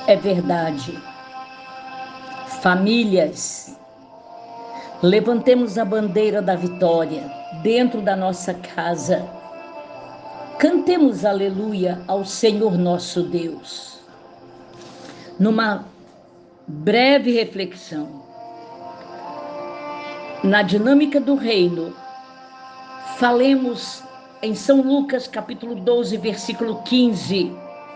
É verdade. Famílias, levantemos a bandeira da vitória dentro da nossa casa. Cantemos aleluia ao Senhor nosso Deus. Numa breve reflexão, na dinâmica do reino, falemos em São Lucas capítulo 12, versículo 15.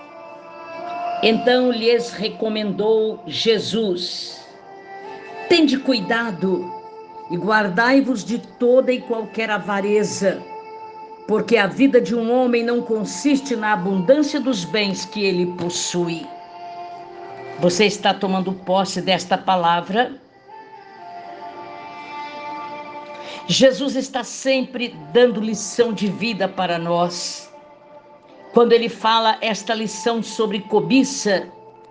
Então lhes recomendou Jesus: tende cuidado e guardai-vos de toda e qualquer avareza, porque a vida de um homem não consiste na abundância dos bens que ele possui. Você está tomando posse desta palavra? Jesus está sempre dando lição de vida para nós. Quando ele fala esta lição sobre cobiça,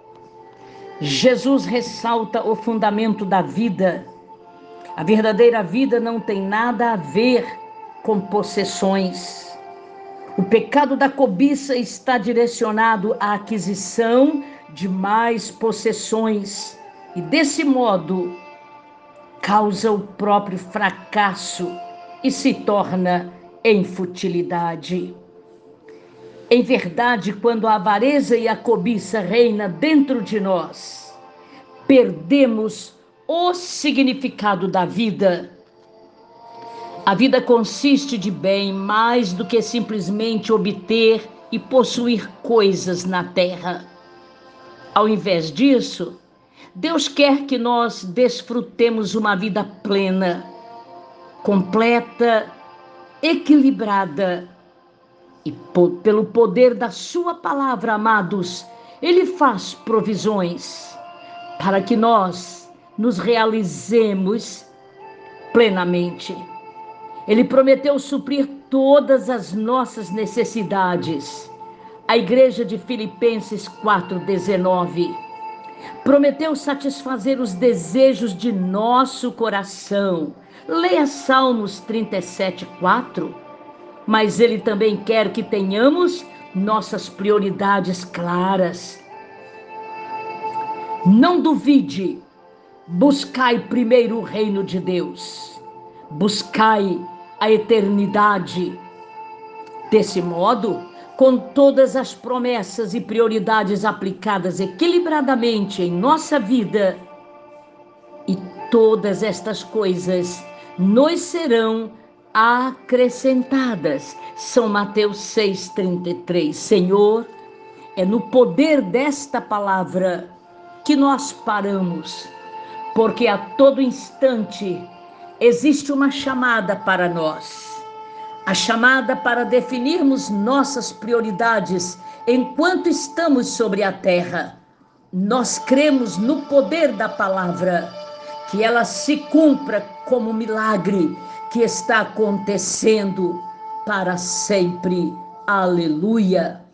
Jesus ressalta o fundamento da vida. A verdadeira vida não tem nada a ver com possessões. O pecado da cobiça está direcionado à aquisição de mais possessões e, desse modo, causa o próprio fracasso e se torna em futilidade. Em verdade, quando a avareza e a cobiça reinam dentro de nós, perdemos o significado da vida. A vida consiste de bem mais do que simplesmente obter e possuir coisas na terra. Ao invés disso, Deus quer que nós desfrutemos uma vida plena, completa, equilibrada. E pelo poder da sua palavra, amados, Ele faz provisões para que nós nos realizemos plenamente. Ele prometeu suprir todas as nossas necessidades. A igreja de Filipenses 4:19 prometeu satisfazer os desejos de nosso coração. Leia Salmos 37:4. Mas ele também quer que tenhamos nossas prioridades claras. Não duvide, buscai primeiro o reino de Deus, buscai a eternidade. Desse modo, com todas as promessas e prioridades aplicadas equilibradamente em nossa vida, e todas estas coisas nos serão acrescentadas. São Mateus 6:33. Senhor, é no poder desta palavra que nós paramos, porque a todo instante existe uma chamada para nós. A chamada para definirmos nossas prioridades enquanto estamos sobre a terra. Nós cremos no poder da palavra, que ela se cumpra como milagre que está acontecendo para sempre. Aleluia!